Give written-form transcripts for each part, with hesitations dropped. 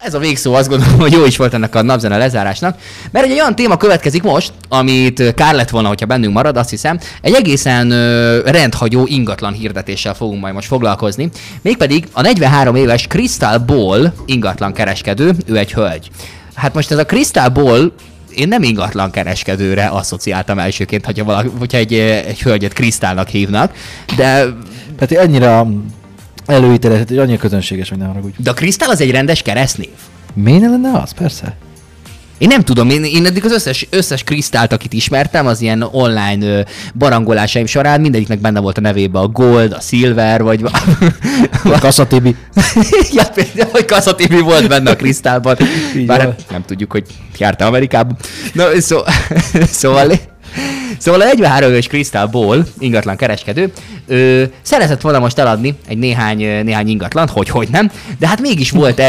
Ez a végszó, azt gondolom, hogy jó is volt ennek a napzene lezárásnak, mert egy olyan téma következik most, amit kár lett volna, hogyha bennünk marad, azt hiszem, egy egészen rendhagyó ingatlan hirdetéssel fogunk majd most foglalkozni, mégpedig a 43 éves Crystal Ball ingatlan kereskedő, ő egy hölgy. Hát most ez a Crystal Ball, én nem ingatlan kereskedőre asszociáltam elsőként, hogyha egy hölgyet Krisztálnak hívnak, de... Tehát annyira előítéletet, hogy annyira közönséges, hogy nem haragudj. De a Krisztál az egy rendes keresztnév. Miért ne lenne az? Persze. Én nem tudom, én eddig az összes Krisztált, akit ismertem, az ilyen online barangolásaim során mindegyiknek benne volt a nevében a Gold, a Silver, vagy... A Kasszatibi. Ja, például, hogy Kasszatibi volt benne a Krisztálban. Bár nem tudjuk, hogy járta Amerikában. Na, Szóval a 43 éves Crystal Ball ingatlan kereskedő szeretett volna most eladni egy néhány ingatlant, hogy nem, de hát mégis volt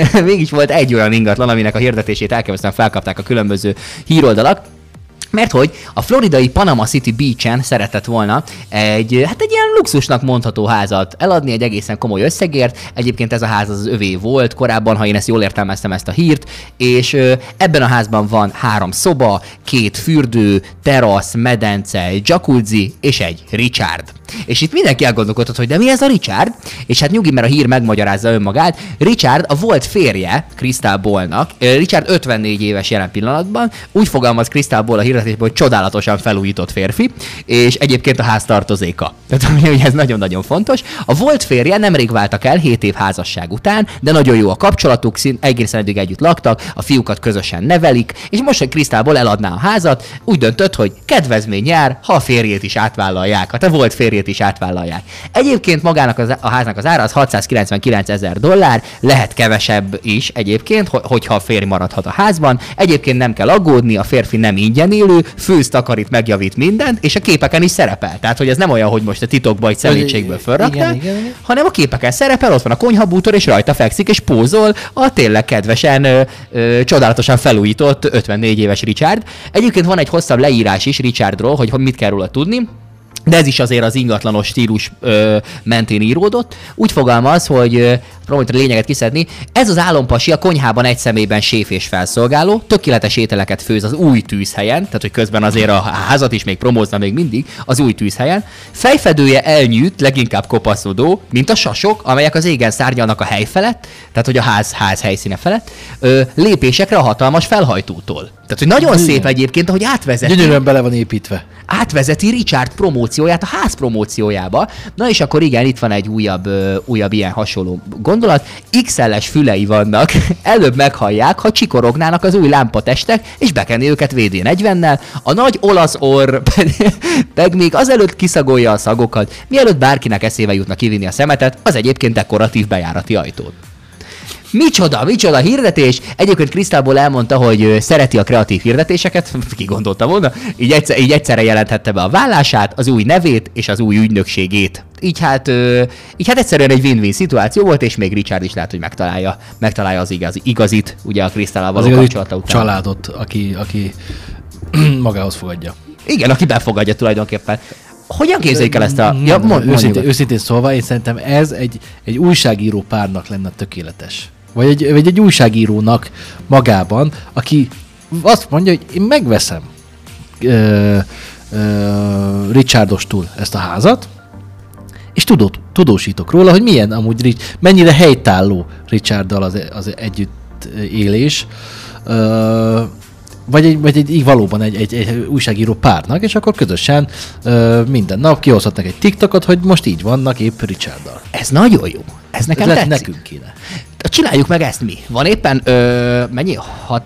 egy olyan ingatlan, aminek a hirdetését elképesztően felkapták a különböző híroldalak, mert hogy a floridai Panama City Beach-en szeretett volna egy ilyen luxusnak mondható házat eladni egy egészen komoly összegért. Egyébként ez a ház az övé volt korábban, ha én ezt jól értelmeztem ezt a hírt, és ebben a házban van 3 szoba, 2 fürdő, terasz, medence, egy jacuzzi és egy Richard. És itt mindenki elgondolkodott, hogy de mi ez a Richard? És hát nyugi, mert a hír megmagyarázza önmagát. Richard a volt férje Crystal Ballnak. Richard 54 éves jelen pillanatban. Úgy fogalmaz Crystal Ball a hirdetésben, hogy csodálatosan felújított férfi, és egyébként a ház tartozéka. Tehát ez nagyon-nagyon fontos. A volt férje nemrég váltak el 7 év házasság után, de nagyon jó a kapcsolatuk, egészen eddig együtt laktak, a fiúkat közösen nevelik, és most, hogy Crystal Ball eladná a házat, úgy döntött, hogy kedvezmény jár, ha a férjét is átvállalják, hát a volt férjét is átvállalják. Egyébként magának a háznak az ára az $699,000, lehet kevesebb is egyébként, hogyha a férj maradhat a házban. Egyébként nem kell aggódni, a férfi nem ingyen élő, főz, takarít, megjavít mindent, és a képeken is szerepel. Tehát, hogy ez nem olyan, hogy most a titokba egy szemétségből fölraktál, hanem a képeken szerepel, ott van a konyhabútor, és rajta fekszik, és pózol a tényleg kedvesen, csodálatosan felújított 54 éves Richard. Egyébként van egy hosszabb leírás is Richardról, hogy mit kell róla tudni, de ez is azért az ingatlanos stílus mentén íródott. Úgy fogalmaz, hogy próbáljuk a lényeget kiszedni. Ez az álompasi a konyhában egy személyben séf és felszolgáló, tökéletes ételeket főz az új tűzhelyen, tehát hogy közben azért a házat is még promózna még mindig az új tűzhelyen. Fejfedője elnyűjt, leginkább kopaszodó, mint a sasok, amelyek az égen szárnyalnak a hely felett, tehát hogy a ház helyszíne felett, lépésekre a hatalmas felhajtótól. Tehát, hogy nagyon szép egyébként, ahogy átvezeti. Gyönyörűen bele van építve. Átvezeti Richard promócióját a ház promóciójába. Na és akkor igen, itt van egy újabb ilyen hasonló gondolat. XL-es fülei vannak, előbb meghallják, ha csikorognának az új lámpatestek, és bekenni őket WD-40-nel. A nagy olasz orr meg még azelőtt kiszagolja a szagokat, mielőtt bárkinek eszébe jutna kivinni a szemetet, az egyébként dekoratív bejárati ajtót. Micsoda hirdetés! Egyébként Crystal Ball elmondta, hogy szereti a kreatív hirdetéseket, ki gondolta volna, így egyszerre jelenthette be a vállását, az új nevét és az új ügynökségét. Így hát egyszerűen egy win-win szituáció volt, és még Richard is lehet, hogy megtalálja az igazit, ugye a Crystal-al való kapcsolata után. Családot, aki magához fogadja. Igen, aki befogadja tulajdonképpen. Hogyan képzeljük el ezt a... Őszintén szólva, én szerintem ez egy újságíró párnak lenne tökéletes. Vagy egy újságírónak magában, aki azt mondja, hogy én megveszem Richardostól ezt a házat, és tudósítok róla, hogy milyen amúgy, mennyire helytálló Richarddal az együtt élés, vagy valóban egy újságíró párnak, és akkor közösen minden nap kihozhatnak egy TikTokot, hogy most így vannak épp Richarddal. Ez nagyon jó. Ez nekem tetszik. Nekünk kéne. Csináljuk meg ezt mi. Van éppen, mennyi?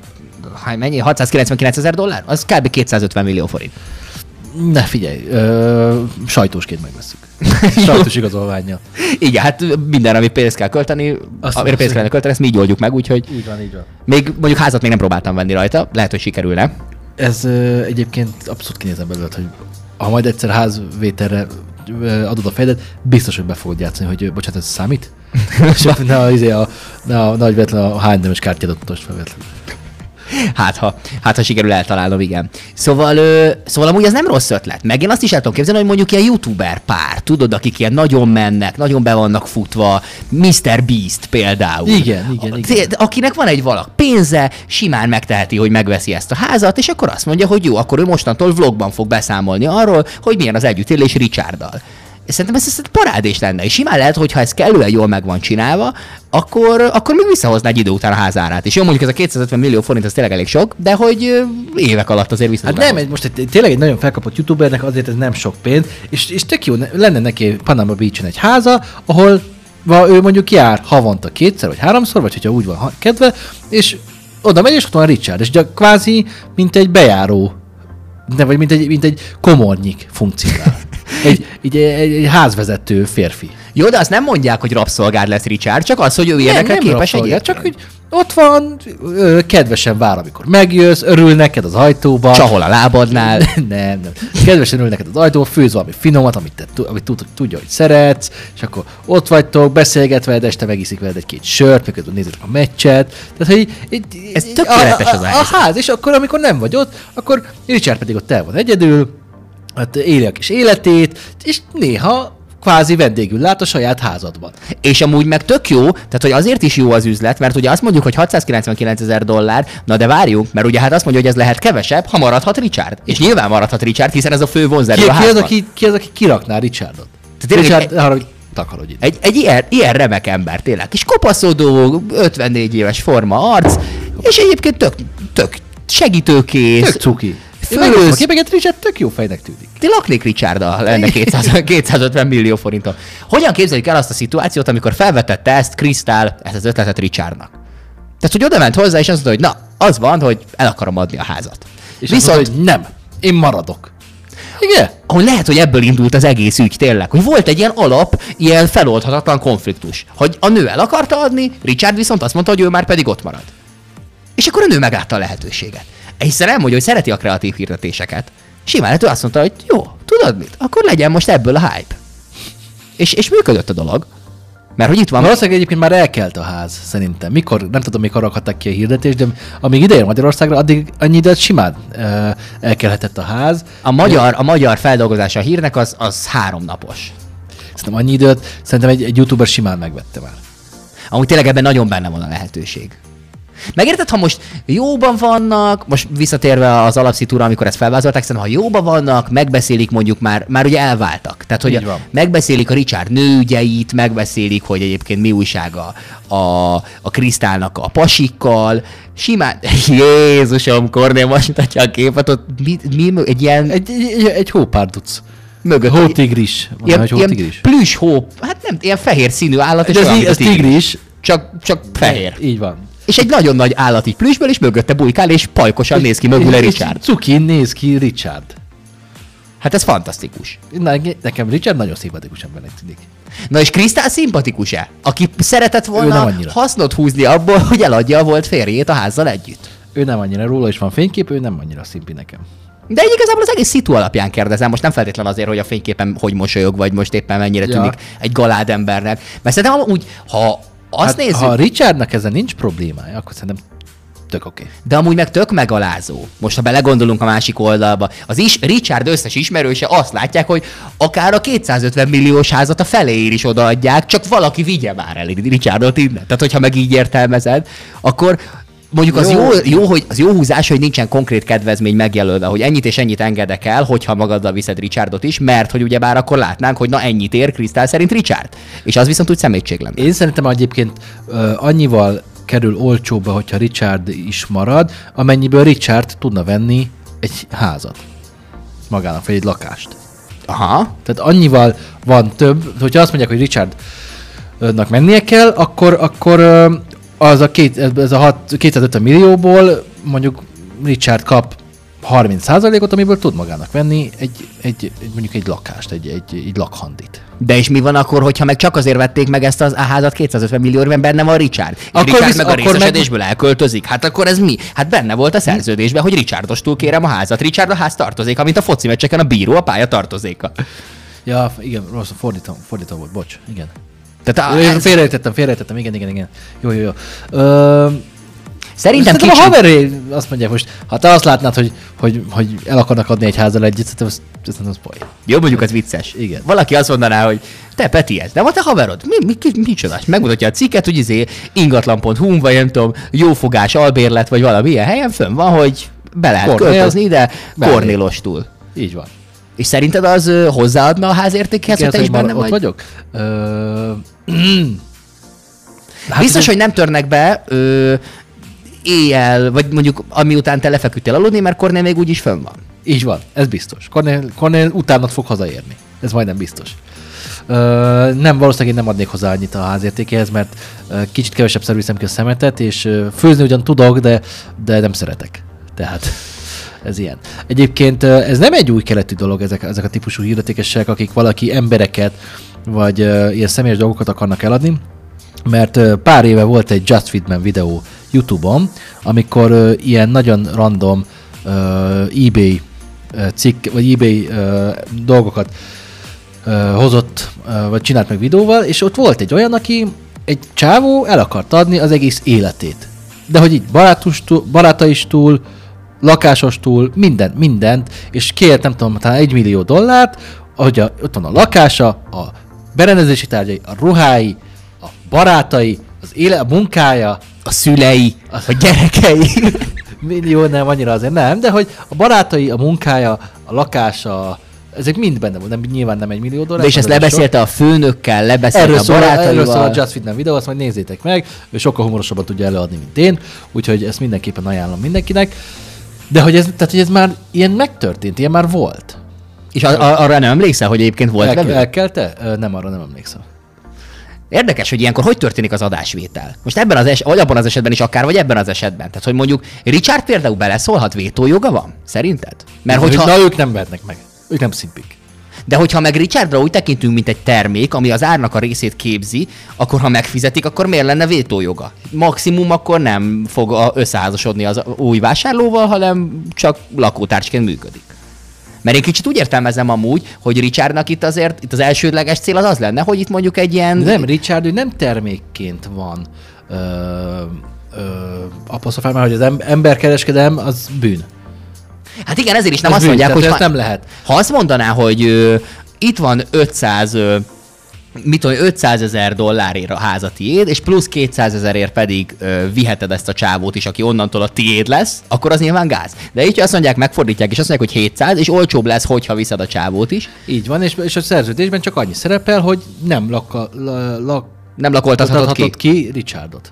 $699,000? Az kb. 250 millió forint. Ne figyelj, sajtósként megveszünk. Sajtós igazolvánnyal. Igen, hát minden, amit pénzt kell költeni, ezt mi így oldjuk meg, úgyhogy... Így van. Még mondjuk házat még nem próbáltam venni rajta, lehet, hogy sikerülne. Ez egyébként abszolút kinézem belőle, hogy ha majd egyszer házvételre adod a fejedet, biztos, hogy be fogod játszani, hogy bocsánat, ez számít? Ne a nagy véletlen a H&M-es kártyádat most felvétlenül. Hát ha sikerül eltalálnom, igen. Szóval amúgy ez nem rossz ötlet. Meg én azt is el tudom képzelni, hogy mondjuk ilyen youtuber pár, tudod, akik ilyen nagyon mennek, nagyon be vannak futva, Mr. Beast például. Igen. Akinek van egy valak pénze, simán megteheti, hogy megveszi ezt a házat, és akkor azt mondja, hogy jó, akkor ő mostantól vlogban fog beszámolni arról, hogy milyen az együttélés Richarddal. Szerintem ez parádés lenne, és simán lehet, hogy ha ez kellően jól meg van csinálva, akkor még visszahozná egy idő után a házárát. És jó, mondjuk ez a 250 millió forint, az tényleg elég sok, de hogy évek alatt azért visszahozná. Hát nem, most tényleg egy nagyon felkapott youtubernek azért ez nem sok pénz, és tök jó, lenne neki Panama Beach-en egy háza, ahol ő mondjuk jár havonta 2-szer vagy 3-szor, vagy hogyha úgy van kedve, és oda megy, és ott van Richard, és kvázi mint egy bejáró, vagy mint egy komornyik funkcionál. Egy házvezető férfi. Jó, de azt nem mondják, hogy rabszolgád lesz Richard, csak az, hogy ő ilyenekre képes egyébként. Csak hogy ott van, kedvesen vár, amikor megjössz, örül neked az ajtóban. Csahol a lábadnál. nem. Kedvesen örül neked az ajtóban, főz valami finomat, amit tudja, hogy szeretsz, és akkor ott vagytok, beszélget veled, este megiszik veled egy-két sört, miközben nézitek a meccset. Tehát, hogy ez tökéletes az a ház, és akkor, amikor nem vagy ott, akkor Richard pedig ott el van egyedül, hát éli a kis életét, és néha kvázi vendégül lát a saját házadban. És amúgy meg tök jó, tehát hogy azért is jó az üzlet, mert ugye azt mondjuk, hogy $699,000, na de várjunk, mert ugye hát azt mondja, hogy ez lehet kevesebb, ha maradhat Richard. És nyilván maradhat Richard, hiszen ez a fő vonzerő a házban. Ki az, aki kirakná Richardot? Richard, arra, hogy takarodj ide. Egy ilyen remek ember tényleg. Kis kopaszodó, 54 éves forma arc, és egyébként tök segítőkész. Tök cuki. A képeket Richard tök jó fejnek tűnik. Ti laknék Richarddal lenne 250 millió forinton. Hogyan képzeljük el azt a szituációt, amikor felvetette ezt Crystal, ezt az ötletet Richardnak? Tehát, hogy oda ment hozzá, és azt mondta, hogy na, az van, hogy el akarom adni a házat. És viszont, mondta, hogy nem, én maradok. Igen? Ahogy lehet, hogy ebből indult az egész ügy tényleg, hogy volt egy ilyen ilyen feloldhatatlan konfliktus, hogy a nő el akarta adni, Richard viszont azt mondta, hogy ő már pedig ott marad. És akkor a nő meglátta a lehetőséget. Hiszen elmondja, hogy szereti a kreatív hirdetéseket. Simán lehet, ő azt mondta, hogy jó, tudod mit? Akkor legyen most ebből a hype. És működött a dolog. Mert hogy itt van... Valószínűleg egyébként már elkelt a ház, szerintem. Nem tudom, mikor rakhatták ki a hirdetést, de amíg idejön Magyarországra, addig annyi időt simán elkelhetett a ház. A magyar feldolgozása a hírnek az 3 napos. Szerintem annyi időt, szerintem egy youtuber simán megvette már. Amúgy tényleg ebben nagyon benne van a lehetőség. Megérted, ha most jóban vannak, most visszatérve az alapszitúra, amikor ezt felvázolták, szerintem, ha jóban vannak, megbeszélik mondjuk már ugye elváltak. Tehát, hogy megbeszélik a Richard nőügyeit, megbeszélik, hogy egyébként mi újság a Krisztálnak a pasikkal, simán, Jézusom, Kornél most mutatja a képet, ott mi egy ilyen... Egy hópárduc. Mögött. Hótigris. Ilyen plüss hó, hát nem, ilyen fehér színű állat, és olyan, ez tigris. Csak fehér. Így van. És egy nagyon nagy állat így plüssből, és mögötte bujkál, és pajkosan néz ki mögül Richard. Cukin néz ki Richard. Hát ez fantasztikus. Nekem Richard nagyon szimpatikus embernek tűnik. Na és Crystal szimpatikus-e? Aki szeretett volna hasznot húzni abból, hogy eladja a volt férjét a házzal együtt. Ő nem annyira, róla is van fénykép, ő nem annyira szimpi nekem. De igazából az egész szitu alapján kérdezem, most nem feltétlen azért, hogy a fényképen hogy mosolyog, vagy most éppen mennyire tűnik egy galád embernek. Mert szerintem úgy, ha azt nézzük... Ha Richardnak ezzel nincs problémája, akkor szerintem tök oké. De amúgy meg tök megalázó. Most, ha belegondolunk a másik oldalba, Richard összes ismerőse azt látják, hogy akár a 250 milliós házat a feléért is odaadják, csak valaki vigye már el Richardot innen. Tehát, hogyha meg így értelmezed, akkor mondjuk az jó húzás, hogy nincsen konkrét kedvezmény megjelölve, hogy ennyit és ennyit engedek el, hogyha magaddal viszed Richardot is, mert hogy ugyebár akkor látnánk, hogy na ennyit ér Crystal szerint Richard. És az viszont úgy szemétség lenne. Én szerintem egyébként annyival kerül olcsóba, hogyha Richard is marad, amennyiből Richard tudna venni egy házat magának, vagy egy lakást. Aha. Tehát annyival van több, hogyha azt mondják, hogy Richardnak mennie kell, akkor az a 250 millióból mondjuk Richard kap 30%-ot, amiből tud magának venni mondjuk egy lakást, egy lakhandit. De és mi van akkor, hogyha meg csak azért vették meg ezt az házat 250 millióban, benne van Richard? Richard meg a részesedésből elköltözik? Hát akkor ez mi? Hát benne volt a szerződésben, hogy Richardostól kérem a házat. Richard a ház tartozéka, mint a foci meccseken a bíró a pálya tartozéka. Ja, igen, rossz, fordító volt, bocs, igen. Tehát Félreértettem, igen. Jó. Szerintem a haveré, azt mondják most, ha te azt látnád, hogy el akarnak adni egy házzal együtt, szerintem az baj. Jó, mondjuk az vicces. Igen. Valaki azt mondaná, hogy te Peti, ez nem a te haverod? Mi csodás? Megmutatja a cikket, hogy ingatlan.hu, vagy nem tudom, jófogás, albérlet, vagy valamilyen helyen fönn van, hogy be lehet költözni ide Kornélostól. Így van. És szerinted az hozzáadna a házértékhez, hogy te is benne vagy? vagyok? Hát biztos, hogy nem törnek be éjjel, vagy mondjuk amiután te lefeküdtél aludni, mert Kornél még úgyis fönn van. Így van, ez biztos. Kornél utánat fog hazaérni. Ez majdnem biztos. Nem, valószínűleg én nem adnék hozzá annyit a házértékéhez, mert kicsit kevesebb viszem ki a szemetet, és főzni ugyan tudok, de nem szeretek. Tehát ez ilyen. Egyébként ez nem egy új keletű dolog, ezek a típusú hirdetések, akik valaki embereket, vagy ilyen személyes dolgokat akarnak eladni, mert pár éve volt egy Just Feedman videó YouTube-on, amikor ilyen nagyon random eBay cikk, vagy eBay dolgokat hozott, vagy csinált meg videóval, és ott volt egy olyan, aki egy csávó el akart adni az egész életét. De hogy így barátaistól, lakásostól, mindent, és kért, nem tudom, talán $1 millió, hogy ott van a lakása, a berendezési tárgyai, a ruhái, a barátai, a munkája, a szülei, a gyerekei. Jó, nem, annyira azért nem, de hogy a barátai, a munkája, a lakása, ezek mind benne volt, nyilván nem $1 millió. De és ezt lebeszélte a főnökkel, lebeszélte a barátaival. Erről szól a Just Feedman videó, azt majd nézzétek meg, ő sokkal humorosabban tudja előadni, mint én, úgyhogy ezt mindenképpen ajánlom mindenkinek. De hogy ez már ilyen megtörtént, ilyen már volt. És arra nem emlékszel, hogy egyébként volt vevő? Elkelte? Nem, arra nem emlékszem. Érdekes, hogy ilyenkor hogy történik az adásvétel. Most vagy abban az esetben is akár, vagy ebben az esetben. Tehát, hogy mondjuk Richard például beleszólhat, vétójoga van? Szerinted? Mert hogyha... Na, ők nem vehetnek meg. Ők nem szimpik. De hogyha meg Richardra úgy tekintünk, mint egy termék, ami az árnak a részét képzi, akkor ha megfizetik, akkor miért lenne vétójoga? Maximum akkor nem fog összeházasodni az új vásárlóval, hanem csak lakótársaként működik. Mert én kicsit úgy értelmezem amúgy, hogy Richardnak itt az elsődleges cél az lenne, hogy itt mondjuk egy ilyen... Nem, Richard, ő nem termékként van apostrofálva, hogy az emberkereskedelem az bűn. Hát igen, ezért is nem azt mondják, hogy... nem lehet. Ha azt mondaná, hogy itt van 500 $500,000 a háza tiéd, és plusz 200,000 pedig viheted ezt a csávót is, aki onnantól a tiéd lesz, akkor az nyilván gáz. De így azt mondják, megfordítják, és azt mondják, hogy 700, és olcsóbb lesz, hogyha viszed a csávót is. Így van, és a szerződésben csak annyi szerepel, hogy nem lakoltathatod ki Richardot.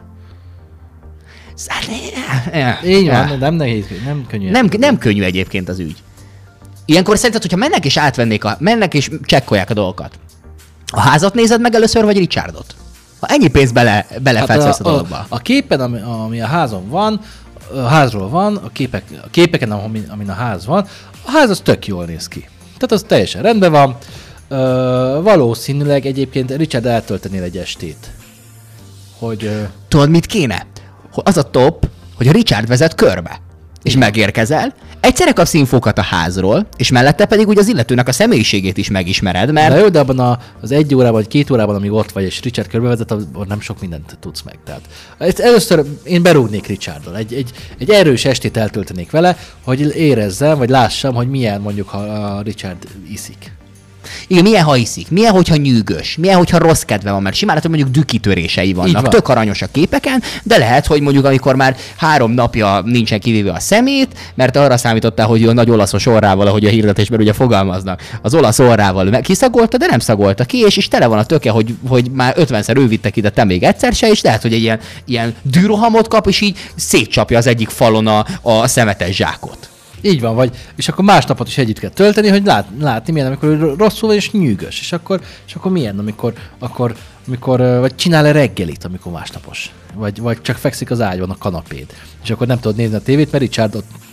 Így van, nem nehéz, nem könnyű. Nem könnyű egyébként az ügy. Ilyenkor szerinted, hogyha mennek és csekkolják a dolgokat, a házat nézed meg először, vagy Richardot? Ha ennyi pénzt belefetsz a dologba. A képen, ami a házon van, a házról van, a képeken, amin a ház van, a ház az tök jól néz ki. Tehát az teljesen rendben van. Valószínűleg egyébként Richard eltöltenél egy estét. Tudod, mit kéne? Az a top, hogy a Richard vezet körbe. És megérkezel, egyszerre kapsz infókat a házról, és mellette pedig úgy az illetőnek a személyiségét is megismered, mert... Na jó, de abban az 1 órában vagy 2 órában, amíg ott vagy, és Richard körbevezet, abban nem sok mindent tudsz meg. Tehát először én berúgnék Richardon, egy erős estét eltöltenék vele, hogy érezzem, vagy lássam, hogy milyen mondjuk, ha a Richard iszik. Igen, milyen, ha iszik, milyen, hogyha nyűgös, milyen, hogyha rossz kedve van, mert simán lehet, hogy mondjuk dükitörései vannak, tök aranyos a képeken, de lehet, hogy mondjuk amikor már 3 napja nincsen kivéve a szemét, mert arra számítottál, hogy a nagy olaszos orrával, ahogy a hirdetésben ugye fogalmaznak, az olasz orrával kiszagolta, de nem szagolta ki, és tele van a töke, hogy már 50-szer ő vitte ki, de te még egyszer se, és lehet, hogy egy ilyen dűrohamot kap, és így szétcsapja az egyik falon a szemetes zsákot. Így van, és akkor másnapot is együtt kell tölteni, hogy látni milyen, amikor rosszul vagy és nyűgös, és akkor milyen, amikor vagy csinál-e reggelit, amikor másnapos, vagy csak fekszik az ágyban a kanapéd, és akkor nem tudod nézni a tévét, mert Richard ott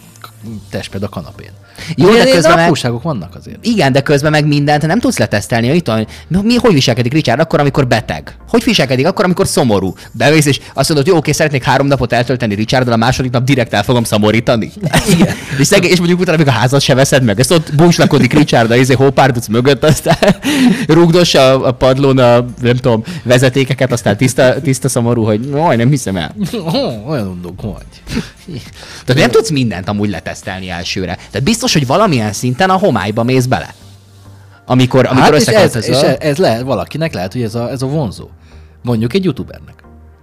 testped a kanapén. Jó, de közben apróságok vannak azért. Igen, de közben meg mindent nem tudsz letesztelni. Itt hogy viselkedik Richard akkor, amikor beteg? Hogy viselkedik akkor, amikor szomorú? Bemész és azt mondod, jó, oké, szeretnék 3 napot eltölteni Richarddal, a második nap direkt el fogom szomorítani. Igen. és mondjuk utána még a házat se veszed meg. Ezt ott búslakodik Richard a hópárduc mögött, aztán rúgdossa a padlón a, nem tudom, vezetékeket, aztán tiszta szomorú, hogy nem hiszem el. Olyan undok vagy. Tehát nem tudsz mindent amúgy letesztelni elsőre. Tehát biztos, hogy valamilyen szinten a homályba mész bele. Amikor összeköltözöl. És ez lehet, valakinek lehet, hogy ez a vonzó. Mondjuk egy youtubernek.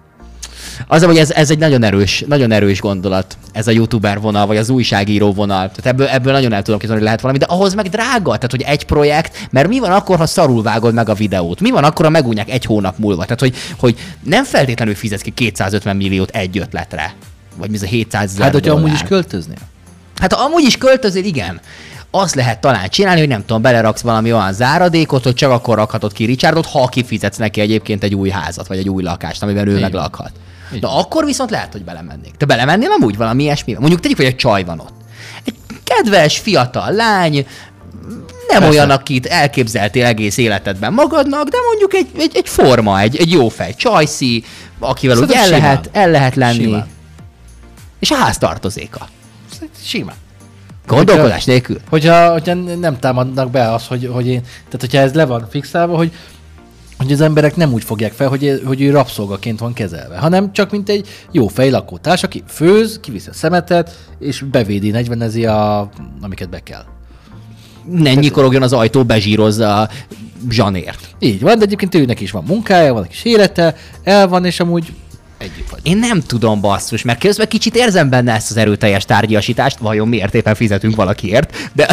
Az, hogy ez egy nagyon erős gondolat, ez a youtuber vonal, vagy az újságíró vonal. Tehát ebből nagyon el tudom képzelni, hogy lehet valami, de ahhoz meg drága, tehát hogy egy projekt, mert mi van akkor, ha szarul vágod meg a videót? Mi van akkor, ha megújják 1 hónap múlva? Tehát, hogy nem feltétlenül fizetsz ki 250 milliót egy ötletre. Vagy mi ez a 700 000 Hát, hogyha amúgy is költöznél. Hát ha amúgy is költözél, igen. Azt lehet talán csinálni, hogy nem tudom, beleraksz valami olyan záradékot, hogy csak akkor rakhatod ki Richardot, ha kifizetsz neki egyébként egy új házat, vagy egy új lakást, amiben ő meglakhat. De akkor viszont lehet, hogy belemennék. Te belemennél amúgy valami ilyesmi? Mondjuk tegyük, hogy egy csaj van ott. Egy kedves, fiatal lány, nem olyan, akit elképzeltél egész életedben magadnak, de mondjuk egy forma, egy jó fej, csajszi, akivel úgy el lehet lenni. Simán. És a háztartozéka. Simán. Gondolkodás nélkül? Hogyha nem támadnak be az, hogy én... Tehát, hogyha ez le van fixálva, hogy az emberek nem úgy fogják fel, hogy ő rabszolgaként van kezelve, hanem csak mint egy jó fej lakótárs, aki főz, kiviszi a szemetet, és bevédi, 40-ezi amiket be kell. Ne nyikorogjon az ajtó, bezsírozza a zsanért. Így van, de egyébként őnek is van munkája, van egy kis élete, el van, és amúgy együtt vagy. Én nem tudom, basszus, mert közben kicsit érzem benne ezt az erőteljes tárgyasítást, vajon miért éppen fizetünk valakiért, de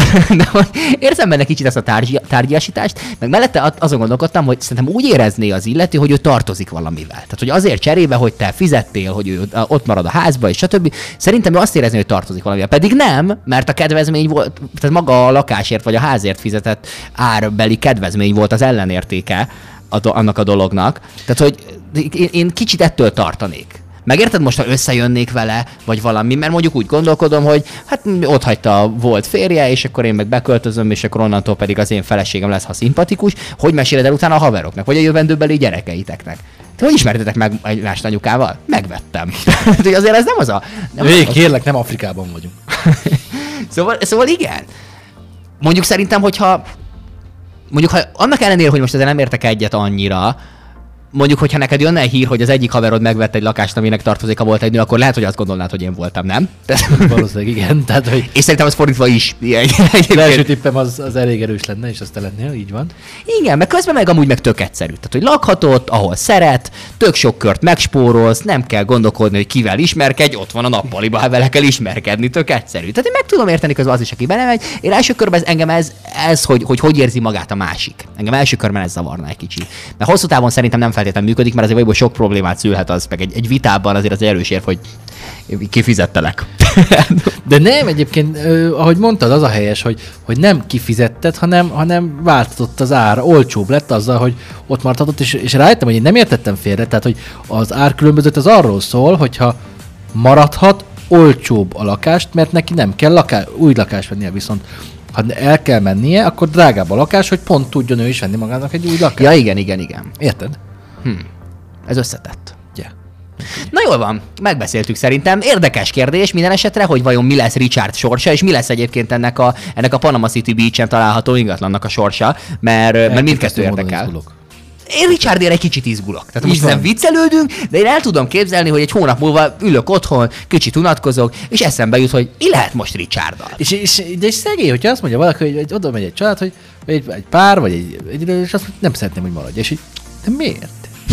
érzem benne kicsit ezt a tárgyasítást, meg mellette azon gondolkodtam, hogy szerintem úgy érezné az illető, hogy ő tartozik valamivel. Tehát, hogy azért cserébe, hogy te fizettél, hogy ő ott marad a házba, és stb. Szerintem ő azt érezni, hogy tartozik valamivel. Pedig nem, mert a kedvezmény volt, tehát maga a lakásért vagy a házért fizetett árbeli kedvezmény volt az ellenértéke annak a dolognak. Tehát, hogy én kicsit ettől tartanék. Megérted most, ha összejönnék vele, vagy valami, mert mondjuk úgy gondolkodom, hogy hát ott hagyta a volt férje, és akkor én meg beköltözöm, és akkor onnantól pedig az én feleségem lesz, ha szimpatikus, hogy meséled el utána a haveroknak, vagy a jövendőbeli gyerekeiteknek. Te hogy ismertetek meg egymást anyukával? Megvettem. Azért ez nem az a... Kérlek, nem Afrikában vagyunk. Szóval igen. Mondjuk szerintem, hogyha annak ellenére, hogy most ezzel nem értek egyet annyira, mondjuk, hogyha neked jönne egy hír, hogy az egyik haverod megvett egy lakást, aminek tartozéka volt egy nő, akkor lehet, hogy azt gondolnád, hogy én voltam, nem? Valószínűleg igen. Tehát, hogy... És szerintem az fordítva is. Az első tippem az elég erős lenne, és azt te lennél, így van. Igen, meg közben meg amúgy meg tök egyszerű. Tehát, hogy lakhatod, ahol szeret, tök sok kört megspórolsz, nem kell gondolkodni, hogy kivel ismerkedj, ott van a nappaliba, ha vele kell ismerkedni, tök egyszerű. Tehát én meg tudom érteni közben az is, aki belemegy. Én első körben engem ez hogy érzi magát a másik. Engem első körben ez zavarna egy kicsit. Mert hosszú távon szerintem nem feltétlenül működik, mert azért vagy sok problémát szülhet az, meg egy vitában azért az erős érv, hogy kifizettelek. De nem, egyébként, ahogy mondtad, az a helyes, hogy nem kifizetted, hanem változott az ár, olcsóbb lett azzal, hogy ott maradhatott, és rájöttem, hogy én nem értettem félre, tehát, hogy az árkülönbözet az arról szól, hogyha maradhat, olcsóbb a lakást, mert neki nem kell új lakást vennie, viszont ha el kell mennie, akkor drágább a lakás, hogy pont tudjon ő is venni magának egy új lakást. Ja, igen. Érted? Ez összetett. Yeah. Na jól van, megbeszéltük szerintem. Érdekes kérdés minden esetre, hogy vajon mi lesz Richard sorsa, és mi lesz egyébként ennek a Panama City Beach-en található ingatlannak a sorsa, mert mindkettő érdekel. Én Richardért egy kicsit izgulok. Tehát most nem viccelődünk, de én el tudom képzelni, hogy egy hónap múlva ülök otthon, kicsit unatkozok, és eszembe jut, hogy mi lehet most Richarddal. De szegény, hogyha azt mondja valaki, hogy oda megy egy család, hogy egy pár, vagy egy és azt mondja, nem szeretném, hogy maradj. És így, de miért?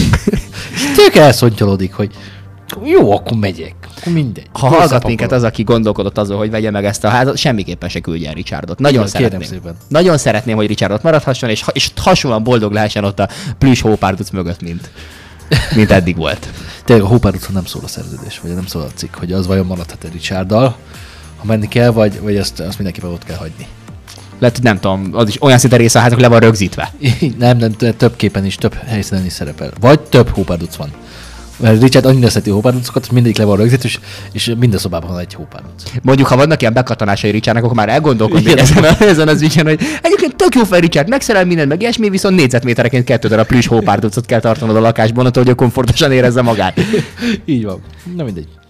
És tök elszontyolódik, hogy jó, akkor megyek. Akkor mindegy. Ha hallgat minket az, aki gondolkodott azon, hogy vegye meg ezt a házat, semmiképpen se küldje el Richardot. Nagyon szeretném. Nagyon szeretném, hogy Richardot maradhasson, és hasonlóan boldog lehessen ott a plüss hópárduc mögött, mint eddig volt. Tényleg a hópárducon nem szól a szerződés, vagy nem szól a cikk, hogy az vajon maradhat-e Richarddal, ha menni kell, vagy azt mindenképpen ott kell hagyni. Lehet, hogy nem tudom, az is olyan szinte része a házak le van rögzítve. Nem, több képen is, több helyszínen is szerepel. Vagy több hópárduc van. Mert Richard annyira szereti a hópárducokat, hogy mindegyik le van rögzítve, és minden szobában van egy hópárduc. Mondjuk, ha vannak ilyen bekatanásai Richardnak, akkor már elgondolkodni Igen. ezen az ügyen, hogy egyébként tök jó fel Richard, megszerel mindent, meg ilyesmi, viszont négyzetmétereként 2 darab plüss hópárducot kell tartanod a lakásban, attól, hogy komfortosan érezze magát. Így van. Na mindegy.